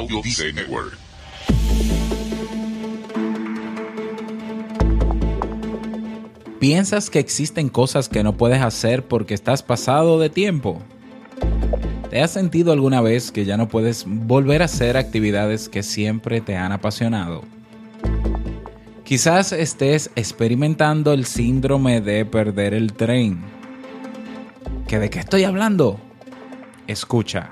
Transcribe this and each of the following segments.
Audio Dice Network. ¿Piensas que existen cosas que no puedes hacer porque estás pasado de tiempo? ¿Te has sentido alguna vez que ya no puedes volver a hacer actividades que siempre te han apasionado? Quizás estés experimentando el síndrome de perder el tren. ¿Que de qué estoy hablando? Escucha.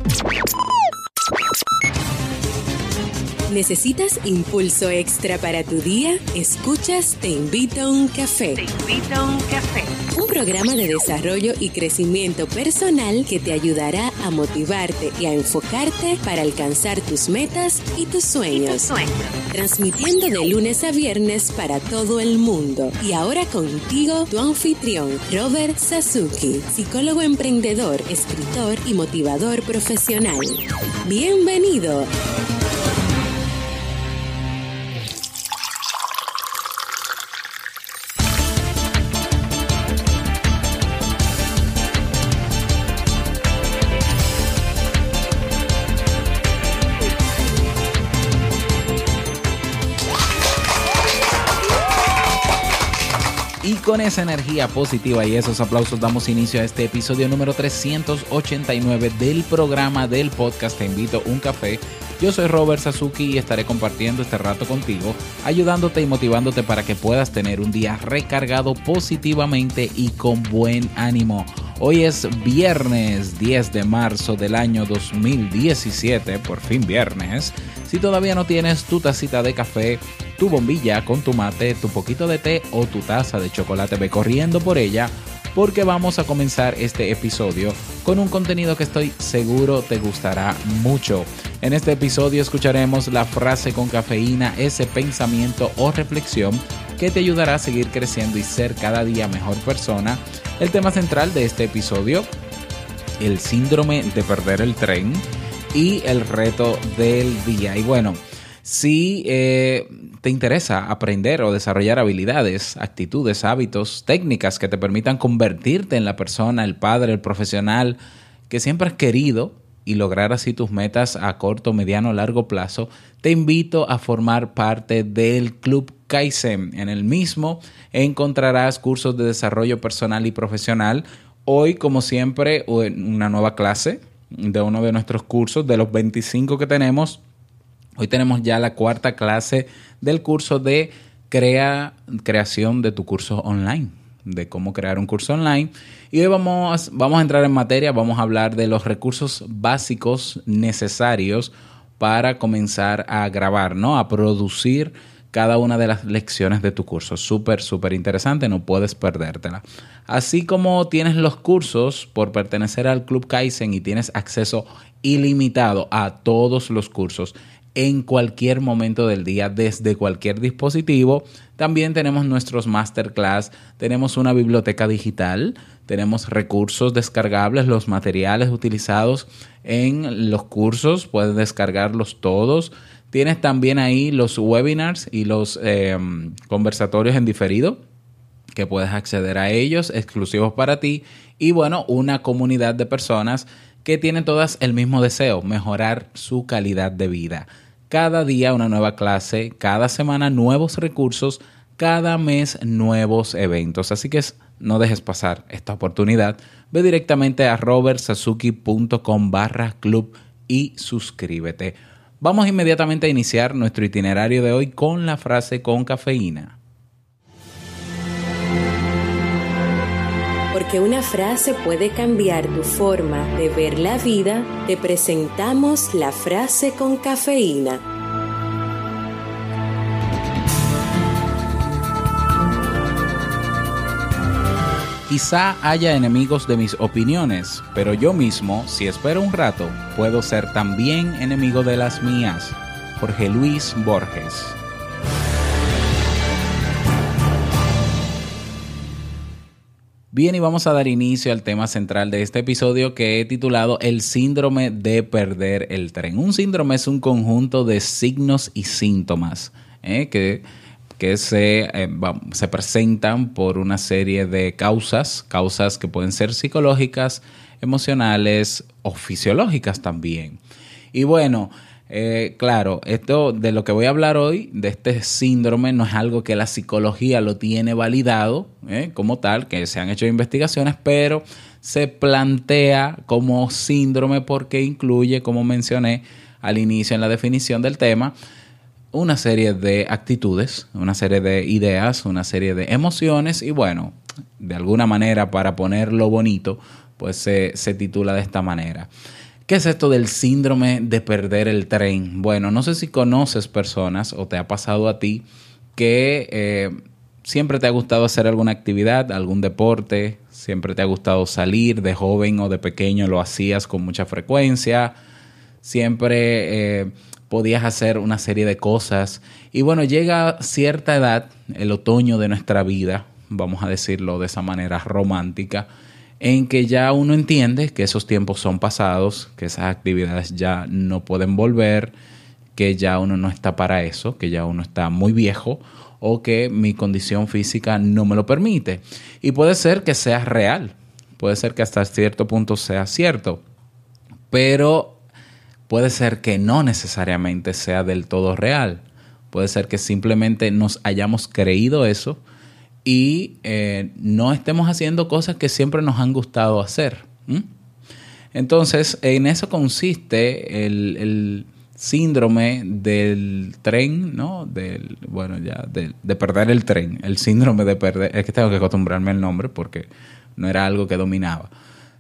¿Necesitas impulso extra para tu día? Escuchas Te Invito a un Café. Te Invito a un Café. Un programa de desarrollo y crecimiento personal que te ayudará a motivarte y a enfocarte para alcanzar tus metas y tus sueños. Transmitiendo de lunes a viernes para todo el mundo. Y ahora contigo, tu anfitrión, Robert Sasuki, psicólogo emprendedor, escritor y motivador profesional. ¡Bienvenido! Y con esa energía positiva y esos aplausos damos inicio a este episodio número 389 del programa del podcast Te Invito a un Café. Yo soy Robert Sasuki y estaré compartiendo este rato contigo, ayudándote y motivándote para que puedas tener un día recargado positivamente y con buen ánimo. Hoy es viernes 10 de marzo del año 2017, por fin viernes. Si todavía no tienes tu tacita de café, tu bombilla con tu mate, tu poquito de té o tu taza de chocolate, ve corriendo por ella porque vamos a comenzar este episodio con un contenido que estoy seguro te gustará mucho. En este episodio escucharemos la frase con cafeína, ese pensamiento o reflexión que te ayudará a seguir creciendo y ser cada día mejor persona. El tema central de este episodio, el síndrome de perder el tren y el reto del día. Y bueno, si te interesa aprender o desarrollar habilidades, actitudes, hábitos, técnicas que te permitan convertirte en la persona, el padre, el profesional que siempre has querido y lograr así tus metas a corto, mediano, largo plazo, te invito a formar parte del Club Kaizen. En el mismo encontrarás cursos de desarrollo personal y profesional. Hoy, como siempre, una nueva clase de uno de nuestros cursos, de los 25 que tenemos. Hoy tenemos ya la cuarta clase del curso de creación de tu curso online, de cómo crear un curso online. Y hoy vamos a entrar en materia, vamos a hablar de los recursos básicos necesarios para comenzar a grabar, ¿no? A producir cada una de las lecciones de tu curso. Súper, súper interesante, no puedes perdértela. Así como tienes los cursos por pertenecer al Club Kaizen y tienes acceso ilimitado a todos los cursos en cualquier momento del día, desde cualquier dispositivo. También tenemos nuestros masterclass, tenemos una biblioteca digital, tenemos recursos descargables, los materiales utilizados en los cursos, puedes descargarlos todos. Tienes también ahí los webinars y los conversatorios en diferido, que puedes acceder a ellos, exclusivos para ti. Y bueno, una comunidad de personas que tienen todas el mismo deseo, mejorar su calidad de vida. Cada día una nueva clase, cada semana nuevos recursos, cada mes nuevos eventos. Así que no dejes pasar esta oportunidad. Ve directamente a robertsazuki.com/club y suscríbete. Vamos inmediatamente a iniciar nuestro itinerario de hoy con la frase con cafeína. Porque una frase puede cambiar tu forma de ver la vida, te presentamos la frase con cafeína. Quizá haya enemigos de mis opiniones, pero yo mismo, si espero un rato, puedo ser también enemigo de las mías. Jorge Luis Borges. Bien, y vamos a dar inicio al tema central de este episodio que he titulado El síndrome de perder el tren. Un síndrome es un conjunto de signos y síntomas que se presentan por una serie de causas que pueden ser psicológicas, emocionales o fisiológicas también. Y bueno, Claro, esto de lo que voy a hablar hoy, de este síndrome, no es algo que la psicología lo tiene validado como tal, que se han hecho investigaciones, pero se plantea como síndrome porque incluye, como mencioné al inicio en la definición del tema, una serie de actitudes, una serie de ideas, una serie de emociones y bueno, de alguna manera para ponerlo bonito, pues se titula de esta manera. ¿Qué es esto del síndrome de perder el tren? Bueno, no sé si conoces personas o te ha pasado a ti que siempre te ha gustado hacer alguna actividad, algún deporte, siempre te ha gustado salir, de joven o de pequeño lo hacías con mucha frecuencia, siempre podías hacer una serie de cosas y bueno, llega cierta edad, el otoño de nuestra vida, vamos a decirlo de esa manera romántica, en que ya uno entiende que esos tiempos son pasados, que esas actividades ya no pueden volver, que ya uno no está para eso, que ya uno está muy viejo o que mi condición física no me lo permite. Y puede ser que sea real, puede ser que hasta cierto punto sea cierto, pero puede ser que no necesariamente sea del todo real. Puede ser que simplemente nos hayamos creído eso y no estemos haciendo cosas que siempre nos han gustado hacer. Entonces, en eso consiste el síndrome del tren, ¿no? De perder el tren. El síndrome de perder... Es que tengo que acostumbrarme al nombre porque no era algo que dominaba.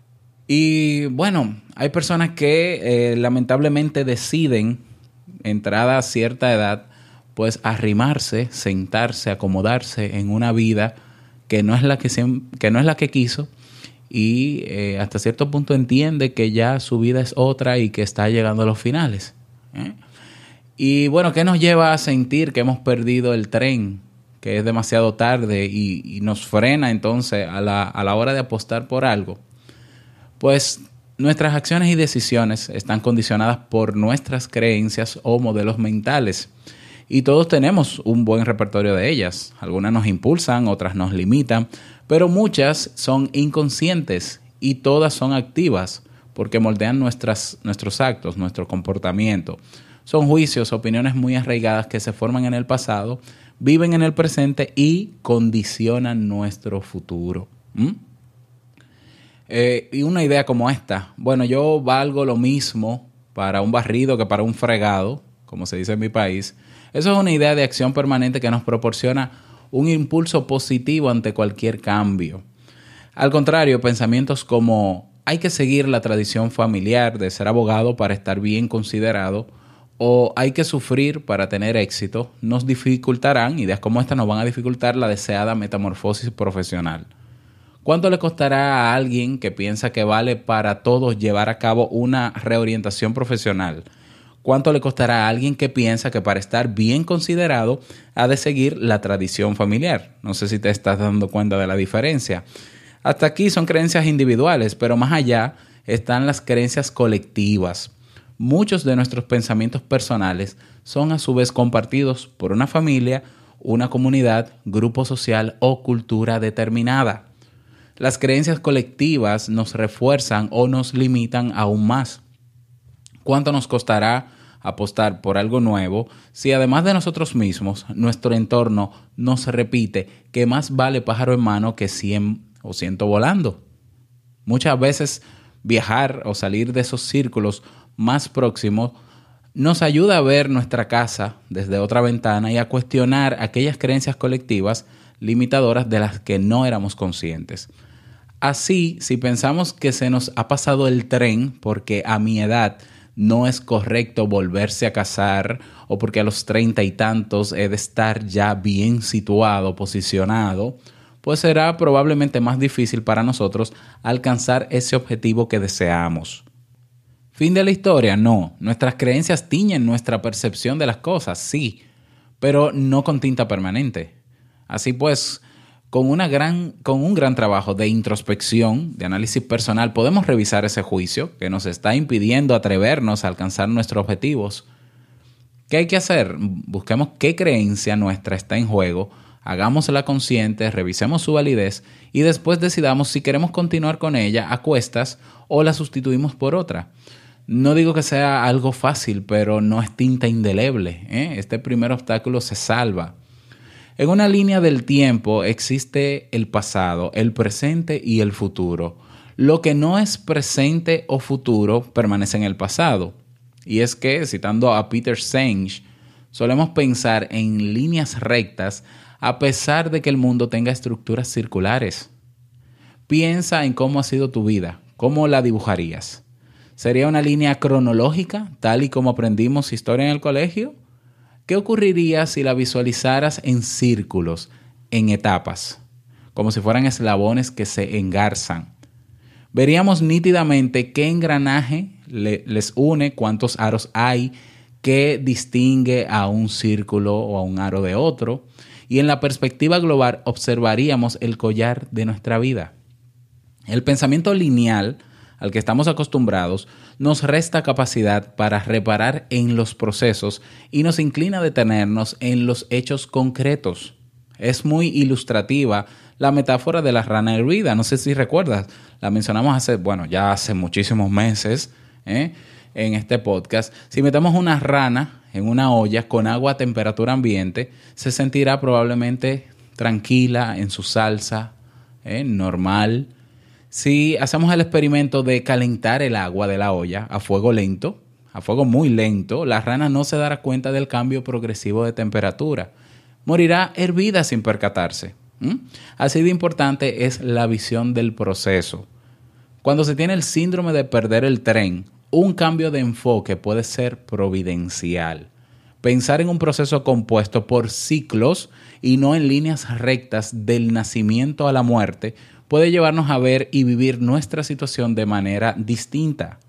Y bueno, hay personas que lamentablemente deciden, entrada a cierta edad, pues arrimarse, sentarse, acomodarse en una vida que no es la que quiso y hasta cierto punto entiende que ya su vida es otra y que está llegando a los finales. Y bueno, ¿qué nos lleva a sentir que hemos perdido el tren, que es demasiado tarde y nos frena entonces a la hora de apostar por algo? Pues nuestras acciones y decisiones están condicionadas por nuestras creencias o modelos mentales. Y todos tenemos un buen repertorio de ellas. Algunas nos impulsan, otras nos limitan, pero muchas son inconscientes y todas son activas porque moldean nuestros actos, nuestro comportamiento. Son juicios, opiniones muy arraigadas que se forman en el pasado, viven en el presente y condicionan nuestro futuro. Y una idea como esta, bueno, yo valgo lo mismo para un barrido que para un fregado, como se dice en mi país. Eso es una idea de acción permanente que nos proporciona un impulso positivo ante cualquier cambio. Al contrario, pensamientos como hay que seguir la tradición familiar de ser abogado para estar bien considerado o hay que sufrir para tener éxito nos dificultarán, ideas como esta nos van a dificultar la deseada metamorfosis profesional. ¿Cuánto le costará a alguien que piensa que vale para todos llevar a cabo una reorientación profesional? ¿Cuánto le costará a alguien que piensa que para estar bien considerado ha de seguir la tradición familiar? No sé si te estás dando cuenta de la diferencia. Hasta aquí son creencias individuales, pero más allá están las creencias colectivas. Muchos de nuestros pensamientos personales son a su vez compartidos por una familia, una comunidad, grupo social o cultura determinada. Las creencias colectivas nos refuerzan o nos limitan aún más. ¿Cuánto nos costará apostar por algo nuevo si además de nosotros mismos, nuestro entorno nos repite que más vale pájaro en mano que 100 o 100 volando? Muchas veces viajar o salir de esos círculos más próximos nos ayuda a ver nuestra casa desde otra ventana y a cuestionar aquellas creencias colectivas limitadoras de las que no éramos conscientes. Así, si pensamos que se nos ha pasado el tren porque a mi edad no es correcto volverse a casar o porque a los 30 y tantos he de estar ya bien situado, posicionado, pues será probablemente más difícil para nosotros alcanzar ese objetivo que deseamos. ¿Fin de la historia? No. Nuestras creencias tiñen nuestra percepción de las cosas, sí, pero no con tinta permanente. Así pues, con un gran trabajo de introspección, de análisis personal, podemos revisar ese juicio que nos está impidiendo atrevernos a alcanzar nuestros objetivos. ¿Qué hay que hacer? Busquemos qué creencia nuestra está en juego, hagámosla consciente, revisemos su validez y después decidamos si queremos continuar con ella a cuestas o la sustituimos por otra. No digo que sea algo fácil, pero no es tinta indeleble, ¿eh? Este primer obstáculo se salva. En una línea del tiempo existe el pasado, el presente y el futuro. Lo que no es presente o futuro permanece en el pasado. Y es que, citando a Peter Senge, solemos pensar en líneas rectas a pesar de que el mundo tenga estructuras circulares. Piensa en cómo ha sido tu vida, cómo la dibujarías. ¿Sería una línea cronológica, tal y como aprendimos historia en el colegio? ¿Qué ocurriría si la visualizaras en círculos, en etapas, como si fueran eslabones que se engarzan? Veríamos nítidamente qué engranaje les une, cuántos aros hay, qué distingue a un círculo o a un aro de otro, y en la perspectiva global observaríamos el collar de nuestra vida. El pensamiento lineal al que estamos acostumbrados nos resta capacidad para reparar en los procesos y nos inclina a detenernos en los hechos concretos. Es muy ilustrativa la metáfora de la rana hervida. No sé si recuerdas, la mencionamos hace muchísimos meses en este podcast. Si metemos una rana en una olla con agua a temperatura ambiente, se sentirá probablemente tranquila en su salsa, normal. Si hacemos el experimento de calentar el agua de la olla a fuego lento, a fuego muy lento, la rana no se dará cuenta del cambio progresivo de temperatura. Morirá hervida sin percatarse. Así de importante es la visión del proceso. Cuando se tiene el síndrome de perder el tren, un cambio de enfoque puede ser providencial. Pensar en un proceso compuesto por ciclos y no en líneas rectas del nacimiento a la muerte puede llevarnos a ver y vivir nuestra situación de manera distinta.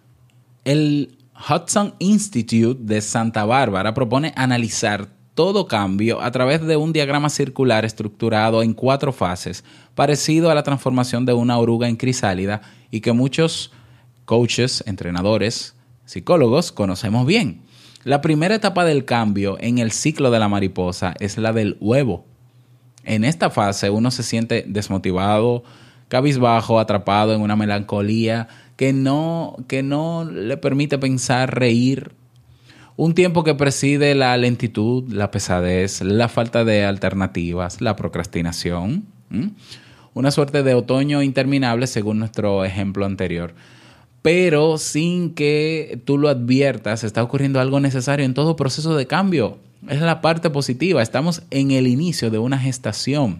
El Hudson Institute de Santa Bárbara propone analizar todo cambio a través de un diagrama circular estructurado en 4 fases, parecido a la transformación de una oruga en crisálida y que muchos coaches, entrenadores, psicólogos conocemos bien. La primera etapa del cambio en el ciclo de la mariposa es la del huevo. En esta fase uno se siente desmotivado, cabizbajo, atrapado en una melancolía que no le permite pensar, reír. Un tiempo que preside la lentitud, la pesadez, la falta de alternativas, la procrastinación. Una suerte de otoño interminable según nuestro ejemplo anterior. Pero sin que tú lo adviertas, está ocurriendo algo necesario en todo proceso de cambio. Es la parte positiva. Estamos en el inicio de una gestación.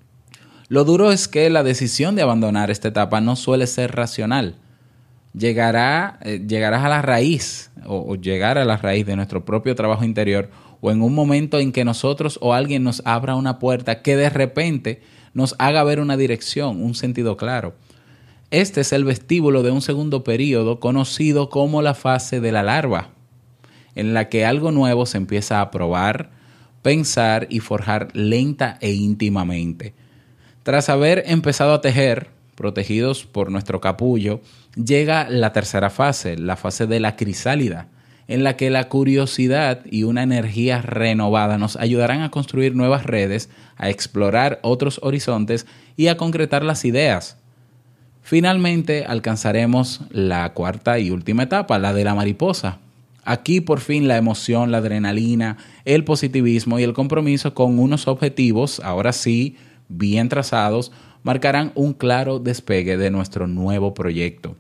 Lo duro es que la decisión de abandonar esta etapa no suele ser racional. Llegarás a la raíz o llegar a la raíz de nuestro propio trabajo interior o en un momento en que nosotros o alguien nos abra una puerta que de repente nos haga ver una dirección, un sentido claro. Este es el vestíbulo de un segundo período conocido como la fase de la larva, en la que algo nuevo se empieza a probar, pensar y forjar lenta e íntimamente. Tras haber empezado a tejer, protegidos por nuestro capullo, llega la tercera fase, la fase de la crisálida, en la que la curiosidad y una energía renovada nos ayudarán a construir nuevas redes, a explorar otros horizontes y a concretar las ideas. Finalmente alcanzaremos la cuarta y última etapa, la de la mariposa. Aquí por fin la emoción, la adrenalina, el positivismo y el compromiso con unos objetivos, ahora sí, bien trazados, marcarán un claro despegue de nuestro nuevo proyecto.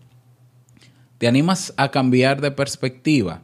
¿Te animas a cambiar de perspectiva?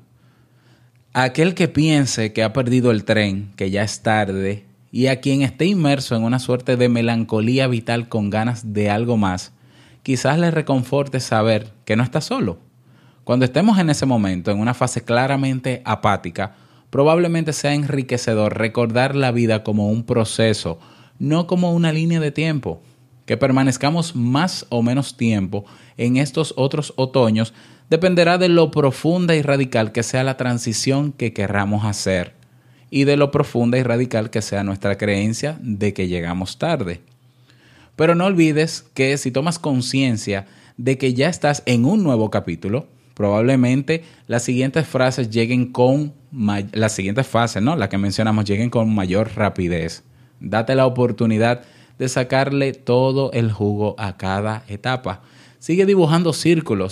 A aquel que piense que ha perdido el tren, que ya es tarde, y a quien esté inmerso en una suerte de melancolía vital con ganas de algo más, quizás le reconforte saber que no está solo. Cuando estemos en ese momento, en una fase claramente apática, probablemente sea enriquecedor recordar la vida como un proceso, no como una línea de tiempo. Que permanezcamos más o menos tiempo en estos otros otoños dependerá de lo profunda y radical que sea la transición que querramos hacer y de lo profunda y radical que sea nuestra creencia de que llegamos tarde. Pero no olvides que si tomas conciencia de que ya estás en un nuevo capítulo, probablemente las siguientes frases lleguen con las siguientes fases, ¿no? Las que mencionamos lleguen con mayor rapidez. Date la oportunidad de sacarle todo el jugo a cada etapa. Sigue dibujando círculos,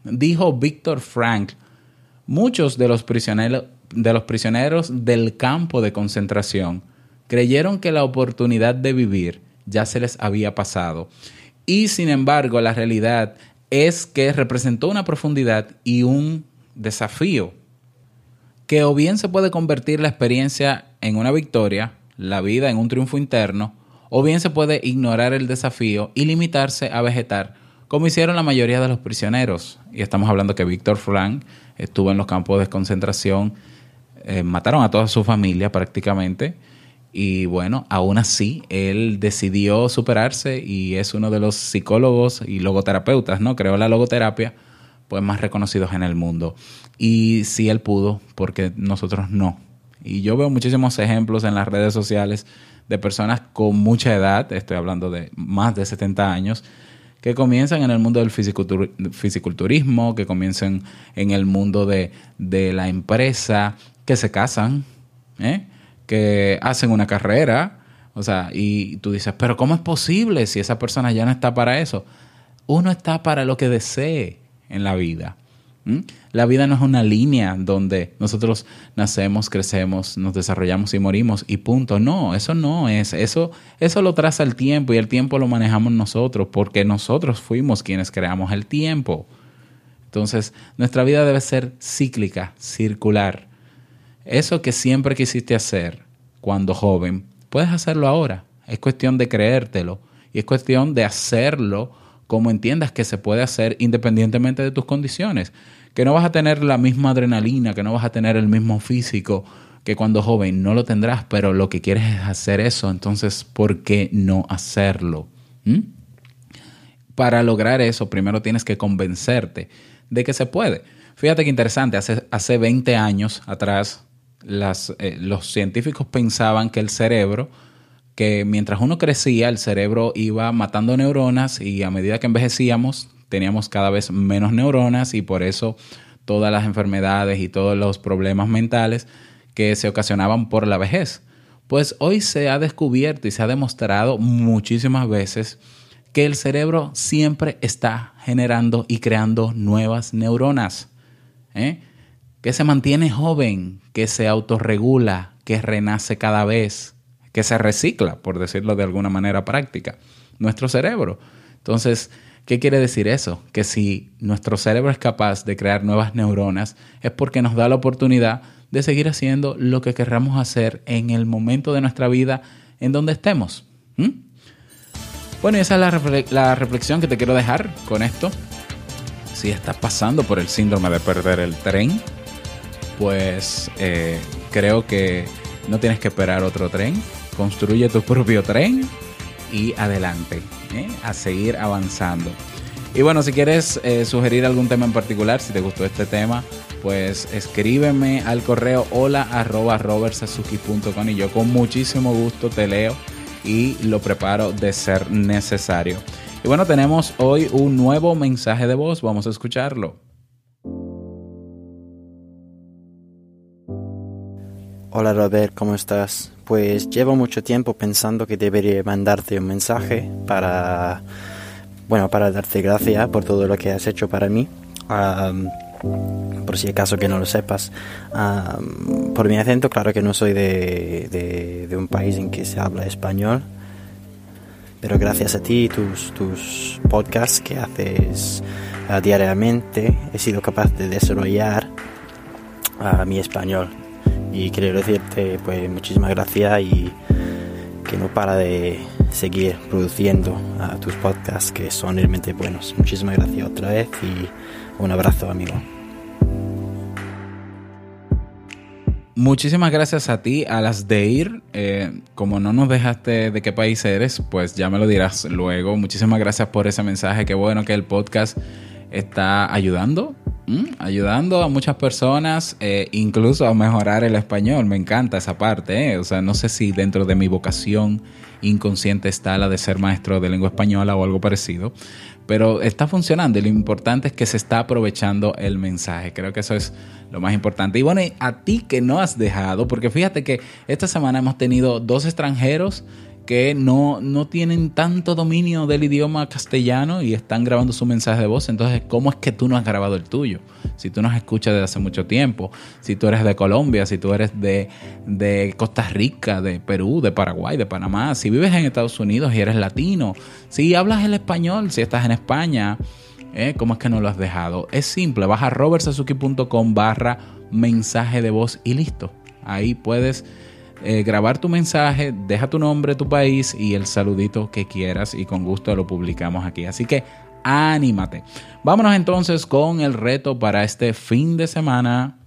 Dijo Viktor Frankl, muchos de los prisioneros del campo de concentración creyeron que la oportunidad de vivir ya se les había pasado. Y sin embargo, la realidad es que representó una profundidad y un desafío que o bien se puede convertir la experiencia en una victoria, la vida en un triunfo interno, o bien se puede ignorar el desafío y limitarse a vegetar, como hicieron la mayoría de los prisioneros. Y estamos hablando que Viktor Frankl estuvo en los campos de concentración, mataron a toda su familia prácticamente, y bueno, aún así, él decidió superarse y es uno de los psicólogos y logoterapeutas, ¿no? Creó la logoterapia, pues más reconocidos en el mundo. Y sí, él pudo, porque nosotros no. Y yo veo muchísimos ejemplos en las redes sociales de personas con mucha edad, estoy hablando de más de 70 años, que comienzan en el mundo del fisiculturismo, que comienzan en el mundo de la empresa, que se casan, que hacen una carrera, o sea, y tú dices, pero ¿cómo es posible si esa persona ya no está para eso? Uno está para lo que desee en la vida. La vida no es una línea donde nosotros nacemos, crecemos, nos desarrollamos y morimos y punto. No, eso no es. Eso lo traza el tiempo y el tiempo lo manejamos nosotros porque nosotros fuimos quienes creamos el tiempo. Entonces, nuestra vida debe ser cíclica, circular. Eso que siempre quisiste hacer cuando joven, puedes hacerlo ahora. Es cuestión de creértelo y es cuestión de hacerlo como entiendas que se puede hacer independientemente de tus condiciones. Que no vas a tener la misma adrenalina, que no vas a tener el mismo físico que cuando joven. No lo tendrás, pero lo que quieres es hacer eso. Entonces, ¿por qué no hacerlo? Para lograr eso, primero tienes que convencerte de que se puede. Fíjate qué interesante. Hace 20 años atrás, los científicos pensaban que el cerebro, que mientras uno crecía, el cerebro iba matando neuronas y a medida que envejecíamos, teníamos cada vez menos neuronas y por eso todas las enfermedades y todos los problemas mentales que se ocasionaban por la vejez. Pues hoy se ha descubierto y se ha demostrado muchísimas veces que el cerebro siempre está generando y creando nuevas neuronas, que se mantiene joven, que se autorregula, que renace cada vez, que se recicla, por decirlo de alguna manera práctica, nuestro cerebro. Entonces, ¿qué quiere decir eso? Que si nuestro cerebro es capaz de crear nuevas neuronas, es porque nos da la oportunidad de seguir haciendo lo que querramos hacer en el momento de nuestra vida en donde estemos. Bueno, y esa es la reflexión que te quiero dejar con esto. Si estás pasando por el síndrome de perder el tren, pues creo que no tienes que esperar otro tren. Construye tu propio tren y adelante, a seguir avanzando. Y bueno, si quieres sugerir algún tema en particular, si te gustó este tema, pues escríbeme al correo hola@robertsazuki.com y yo con muchísimo gusto te leo y lo preparo de ser necesario. Y bueno, tenemos hoy un nuevo mensaje de voz, vamos a escucharlo. Hola Robert, ¿cómo estás? Pues llevo mucho tiempo pensando que debería mandarte un mensaje para darte gracias por todo lo que has hecho para mí. Por si acaso que no lo sepas, por mi acento, claro que no soy de un país en que se habla español, pero gracias a ti y tus podcasts que haces diariamente, he sido capaz de desarrollar mi español. Y quiero decirte pues muchísimas gracias y que no para de seguir produciendo tus podcasts que son realmente buenos. Muchísimas gracias otra vez y un abrazo, amigo. Muchísimas gracias a ti, a las de ir. Como no nos dejaste de qué país eres, pues ya me lo dirás luego. Muchísimas gracias por ese mensaje. Qué bueno que el podcast está ayudando a muchas personas, incluso a mejorar el español. Me encanta esa parte, O sea, no sé si dentro de mi vocación inconsciente está la de ser maestro de lengua española o algo parecido, pero está funcionando y lo importante es que se está aprovechando el mensaje. Creo que eso es lo más importante. Y bueno, a ti que no has dejado, porque fíjate que esta semana hemos tenido 2 extranjeros que no tienen tanto dominio del idioma castellano y están grabando su mensaje de voz. Entonces, ¿cómo es que tú no has grabado el tuyo? Si tú nos escuchas desde hace mucho tiempo, si tú eres de Colombia, si tú eres de Costa Rica, de Perú, de Paraguay, de Panamá, si vives en Estados Unidos y eres latino, si hablas el español, si estás en España, ¿cómo es que no lo has dejado? Es simple, vas a robertsazuki.com/mensaje de voz y listo. Ahí puedes grabar tu mensaje, deja tu nombre, tu país y el saludito que quieras y con gusto lo publicamos aquí. Así que anímate. Vámonos entonces con el reto para este fin de semana.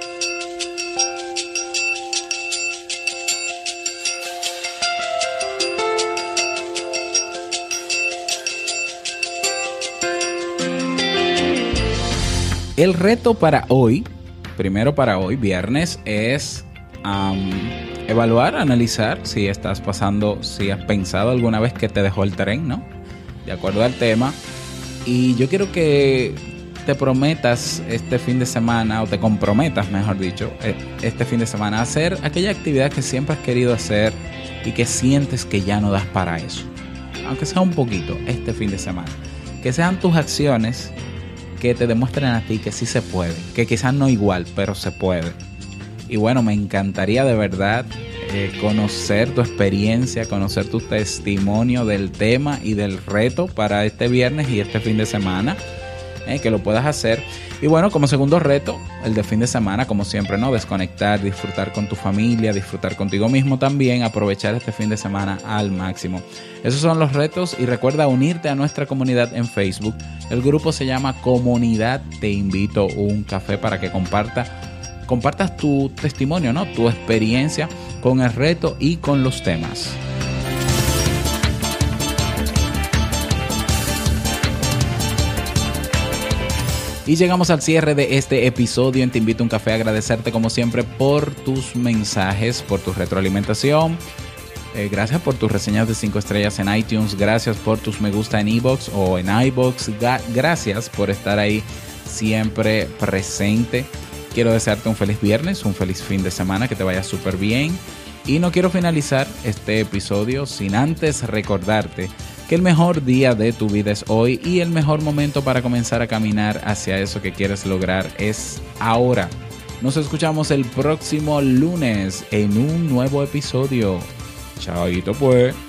El reto para hoy, primero para hoy, viernes, es evaluar, analizar si estás pasando, si has pensado alguna vez que te dejó el tren, ¿no? De acuerdo al tema. Y yo quiero que te prometas este fin de semana, o te comprometas, mejor dicho, este fin de semana a hacer aquella actividad que siempre has querido hacer y que sientes que ya no das para eso. Aunque sea un poquito, este fin de semana. Que sean tus acciones que te demuestren a ti que sí se puede. Que quizás no igual, pero se puede. Y bueno, me encantaría de verdad conocer tu experiencia, conocer tu testimonio del tema y del reto para este viernes y este fin de semana, que lo puedas hacer. Y bueno, como segundo reto, el de fin de semana, como siempre, ¿no? Desconectar, disfrutar con tu familia, disfrutar contigo mismo también, aprovechar este fin de semana al máximo. Esos son los retos y recuerda unirte a nuestra comunidad en Facebook. El grupo se llama Comunidad Te Invito Un Café para que compartas tu testimonio, ¿no? Tu experiencia con el reto y con los temas. Y llegamos al cierre de este episodio en Te Invito a un Café. Agradecerte como siempre por tus mensajes, por tu retroalimentación. Gracias por tus reseñas de 5 estrellas en iTunes. Gracias por tus me gusta en iVoox o en iVoox. Gracias por estar ahí siempre presente. Quiero desearte un feliz viernes, un feliz fin de semana, que te vaya súper bien. Y no quiero finalizar este episodio sin antes recordarte que el mejor día de tu vida es hoy y el mejor momento para comenzar a caminar hacia eso que quieres lograr es ahora. Nos escuchamos el próximo lunes en un nuevo episodio. Chaito pues.